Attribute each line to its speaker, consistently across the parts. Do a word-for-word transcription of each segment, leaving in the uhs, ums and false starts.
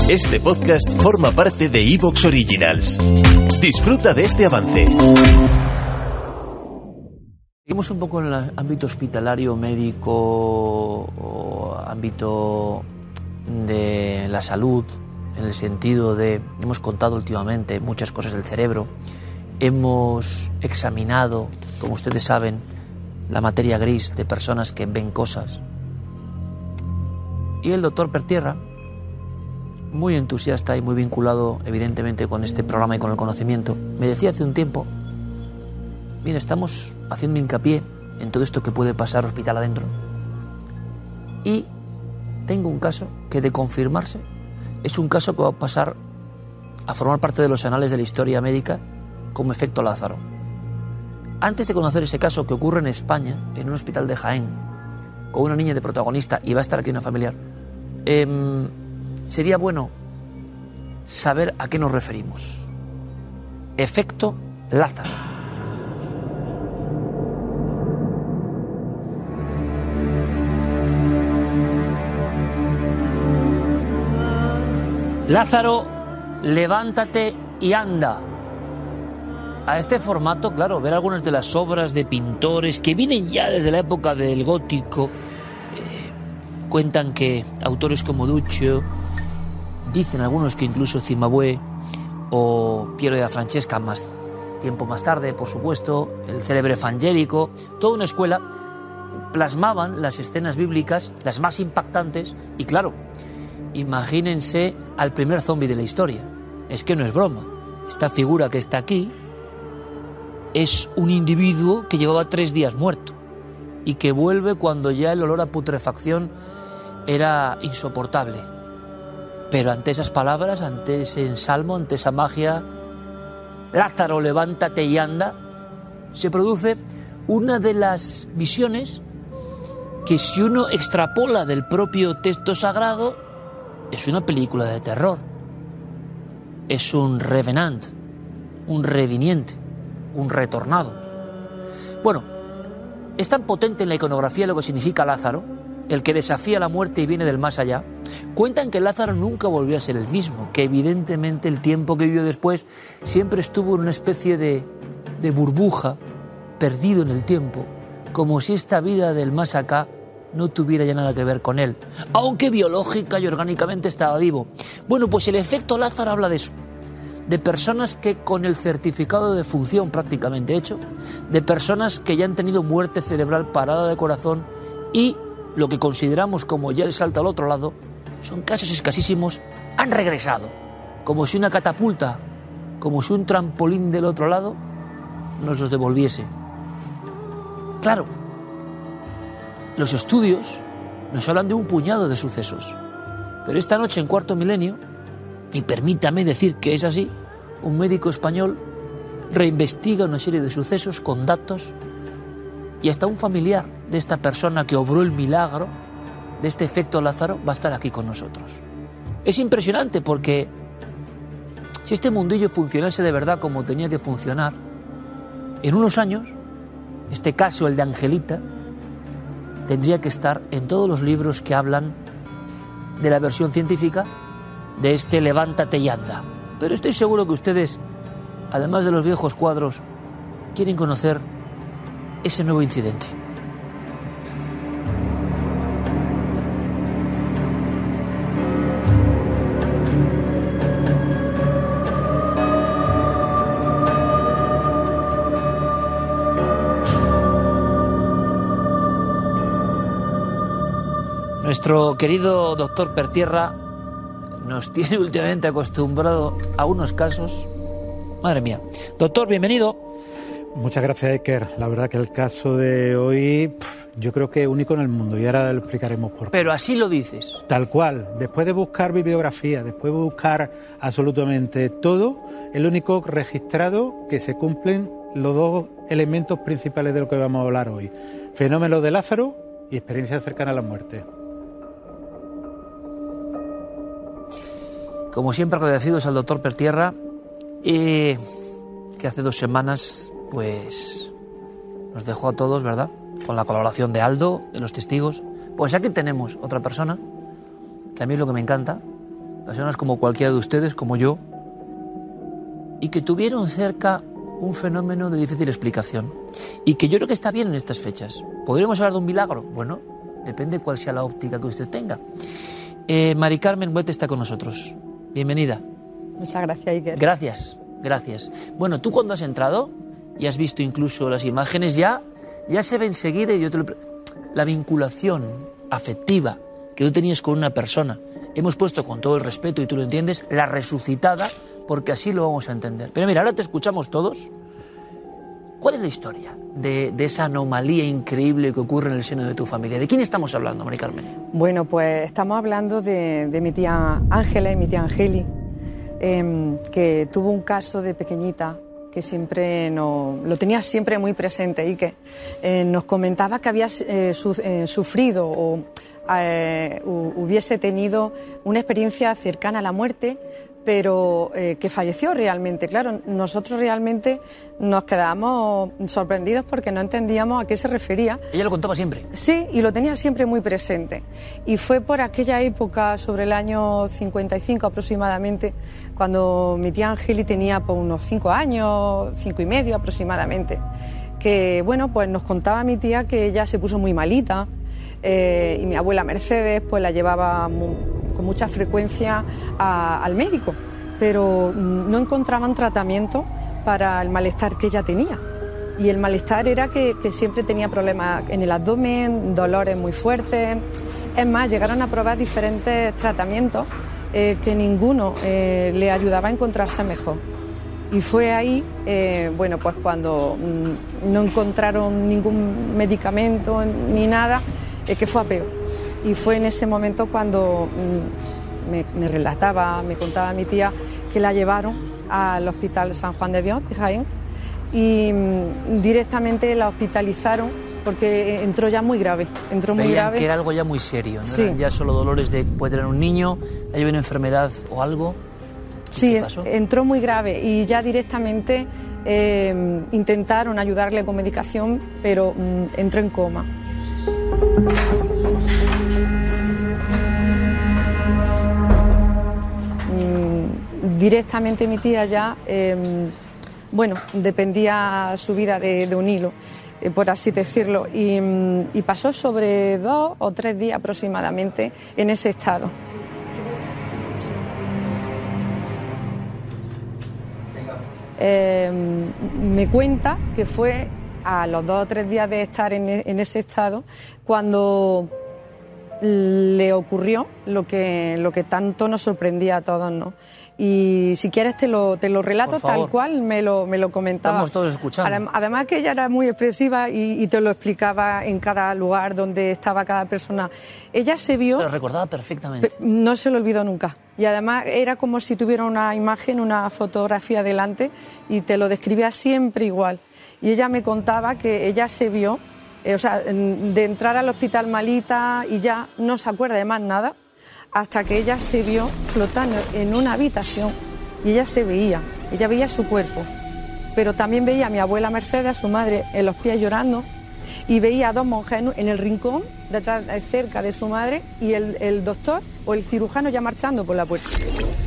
Speaker 1: Este podcast forma parte de iVoox Originals. Disfruta de este avance.
Speaker 2: Seguimos un poco en el ámbito hospitalario, médico o ámbito de la salud, en el sentido de, hemos contado últimamente muchas cosas del cerebro, hemos examinado, como ustedes saben, la materia gris de personas que ven cosas. Y el doctor Pertierra, muy entusiasta y muy vinculado evidentemente con este programa y con el conocimiento, me decía hace un tiempo: mira, estamos haciendo hincapié en todo esto que puede pasar hospital adentro, y tengo un caso que, de confirmarse, es un caso que va a pasar a formar parte de los anales de la historia médica como efecto Lázaro. Antes de conocer ese caso que ocurre en España, en un hospital de Jaén, con una niña de protagonista, y va a estar aquí una familiar, eh, sería bueno saber a qué nos referimos. Efecto Lázaro. Lázaro, levántate y anda. A este formato, claro, ver algunas de las obras de pintores que vienen ya desde la época del gótico, eh, cuentan que autores como Duccio, dicen algunos que incluso Cimabue o Piero da Francesca, más tiempo más tarde, por supuesto, el célebre Fangelico, toda una escuela, plasmaban las escenas bíblicas, las más impactantes, y claro, imagínense al primer zombi de la historia. Es que no es broma. Esta figura que está aquí es un individuo que llevaba tres días muerto y que vuelve cuando ya el olor a putrefacción era insoportable. Pero ante esas palabras, ante ese ensalmo, ante esa magia, Lázaro, levántate y anda, se produce una de las visiones que, si uno extrapola del propio texto sagrado, es una película de terror. Es un revenant, un reviniente, un retornado. Bueno, es tan potente en la iconografía lo que significa Lázaro, el que desafía la muerte y viene del más allá. Cuentan que Lázaro nunca volvió a ser el mismo, que evidentemente el tiempo que vivió después siempre estuvo en una especie de, de burbuja, perdido en el tiempo, como si esta vida del más acá no tuviera ya nada que ver con él, aunque biológica y orgánicamente estaba vivo. Bueno, pues el efecto Lázaro habla de eso, de personas que, con el certificado de defunción prácticamente hecho, de personas que ya han tenido muerte cerebral, parada de corazón, y lo que consideramos como ya el salto al otro lado, son casos escasísimos, han regresado, como si una catapulta, como si un trampolín del otro lado nos los devolviese. Claro, los estudios nos hablan de un puñado de sucesos, pero esta noche en Cuarto Milenio, y permítame decir que es así, un médico español reinvestiga una serie de sucesos con datos, y hasta un familiar de esta persona que obró el milagro de este efecto Lázaro va a estar aquí con nosotros. Es impresionante porque si este mundillo funcionase de verdad como tenía que funcionar, en unos años, este caso, el de Angelita, tendría que estar en todos los libros que hablan de la versión científica de este levántate y anda. Pero estoy seguro que ustedes, además de los viejos cuadros, quieren conocer ese nuevo incidente. Nuestro querido doctor Pertierra nos tiene últimamente acostumbrado a unos casos. Madre mía. Doctor, bienvenido.
Speaker 3: Muchas gracias, Iker. La verdad que el caso de hoy, yo creo que es único en el mundo, y ahora lo explicaremos por qué.
Speaker 2: Pero así lo dices.
Speaker 3: Tal cual. Después de buscar bibliografía, después de buscar absolutamente todo, el único registrado que se cumplen los dos elementos principales de lo que vamos a hablar hoy: fenómeno de Lázaro y experiencia cercana a la muerte.
Speaker 2: Como siempre, agradecidos al doctor Pertierra, eh, que hace dos semanas pues nos dejó a todos, ¿verdad?, con la colaboración de Aldo, de los testigos. Pues aquí tenemos otra persona, que a mí es lo que me encanta, personas como cualquiera de ustedes, como yo, y que tuvieron cerca un fenómeno de difícil explicación y que yo creo que está bien en estas fechas. ¿Podríamos hablar de un milagro? Bueno, depende cuál sea la óptica que usted tenga. Eh, Mari Carmen Huete está con nosotros. Bienvenida.
Speaker 4: Muchas gracias, Iker.
Speaker 2: Gracias, gracias. Bueno, tú cuando has entrado y has visto incluso las imágenes, ya, ya se ve enseguida, y yo te lo... la vinculación afectiva que tú tenías con una persona. Hemos puesto, con todo el respeto, y tú lo entiendes, la resucitada, porque así lo vamos a entender. Pero mira, ahora te escuchamos todos. ¿Cuál es la historia de, de esa anomalía increíble que ocurre en el seno de tu familia? ¿De quién estamos hablando, Mari Carmen?
Speaker 4: Bueno, pues estamos hablando de, de mi tía Ángela y mi tía Angeli, eh, que tuvo un caso de pequeñita que siempre no, lo tenía siempre muy presente, y que eh, nos comentaba que había eh, su, eh, sufrido o eh, hubiese tenido una experiencia cercana a la muerte, pero eh, que falleció realmente. Claro, nosotros realmente nos quedábamos sorprendidos porque no entendíamos a qué se refería.
Speaker 2: Ella lo contaba siempre.
Speaker 4: Sí, y lo tenía siempre muy presente. Y fue por aquella época, sobre el año cincuenta y cinco aproximadamente, cuando mi tía Angeli tenía pues, unos cinco años, cinco y medio aproximadamente, que bueno, pues nos contaba mi tía que ella se puso muy malita, eh, y mi abuela Mercedes pues la llevaba muy, con mucha frecuencia a, al médico, pero no encontraban tratamiento para el malestar que ella tenía. Y el malestar era que, que siempre tenía problemas en el abdomen, dolores muy fuertes. Es más, llegaron a probar diferentes tratamientos eh, que ninguno eh, le ayudaba a encontrarse mejor. Y fue ahí, eh, bueno, pues cuando mm, no encontraron ningún medicamento ni nada, eh, que fue a peor. Y fue en ese momento cuando mmm, me, me relataba, me contaba mi tía que la llevaron al Hospital San Juan de Dios de Jaén, y mmm, directamente la hospitalizaron porque entró ya muy grave. Entró muy
Speaker 2: Veían
Speaker 4: grave.
Speaker 2: que era algo ya muy serio, no
Speaker 4: sí.
Speaker 2: eran ya solo dolores de puede tener un niño, hay una enfermedad o algo.
Speaker 4: Sí, entró muy grave y ya directamente eh, intentaron ayudarle con medicación, pero mmm, entró en coma. Directamente mi tía ya, eh, bueno, dependía su vida de, de un hilo, eh, por así decirlo, y, y pasó sobre dos o tres días aproximadamente en ese estado. Eh, me cuenta que fue a los dos o tres días de estar en, en ese estado cuando le ocurrió lo que, lo que tanto nos sorprendía a todos, ¿no? Y si quieres te lo, te lo relato tal cual me lo, me lo comentaba.
Speaker 2: Estamos todos escuchando.
Speaker 4: Además que ella era muy expresiva y, y te lo explicaba en cada lugar donde estaba cada persona. Ella se vio...
Speaker 2: Lo recordaba perfectamente.
Speaker 4: No se lo olvidó nunca. Y además era como si tuviera una imagen, una fotografía delante, y te lo describía siempre igual. Y ella me contaba que ella se vio, eh, o sea, de entrar al hospital malita y ya no se acuerda de más nada, hasta que ella se vio flotando en una habitación y ella se veía, ella veía su cuerpo, pero también veía a mi abuela Mercedes, a su madre, en los pies llorando, y veía a dos monjes en el rincón, detrás, cerca de su madre, y el, el doctor o el cirujano ya marchando por la puerta.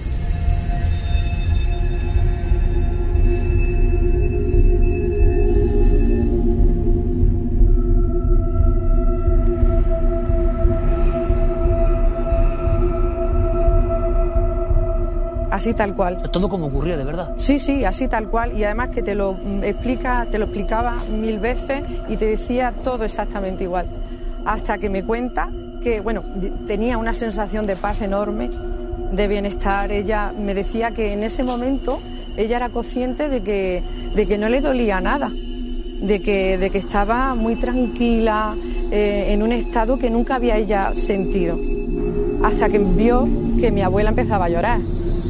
Speaker 4: Así tal cual.
Speaker 2: Todo como ocurrió, de verdad.
Speaker 4: Sí, sí, así tal cual. Y además que te lo explica, te lo explicaba mil veces y te decía todo exactamente igual. Hasta que me cuenta que, bueno, tenía una sensación de paz enorme, de bienestar. Ella me decía que en ese momento ella era consciente de que, de que no le dolía nada, de que, de que estaba muy tranquila, eh, en un estado que nunca había ella sentido. Hasta que vio que mi abuela empezaba a llorar.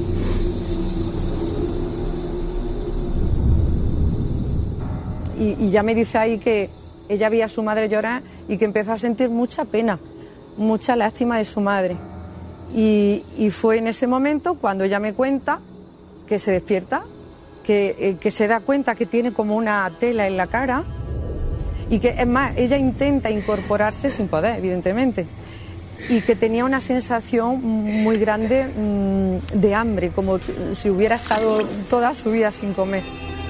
Speaker 4: Y, y ya me dice ahí que ella veía a su madre llorar y que empezó a sentir mucha pena, mucha lástima de su madre. Y, y fue en ese momento cuando ella me cuenta que se despierta, que, eh, que se da cuenta que tiene como una tela en la cara y que, es más, ella intenta incorporarse sin poder, evidentemente. y que tenía una sensación muy grande mmm, de hambre, como si hubiera estado toda su vida sin comer.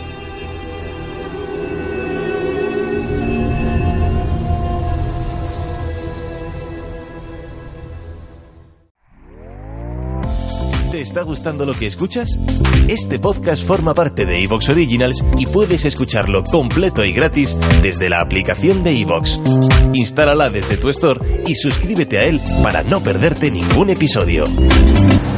Speaker 1: ¿Te está gustando lo que escuchas? Este podcast forma parte de iVoox Originals y puedes escucharlo completo y gratis desde la aplicación de iVoox. Instálala desde tu store y suscríbete a él para no perderte ningún episodio.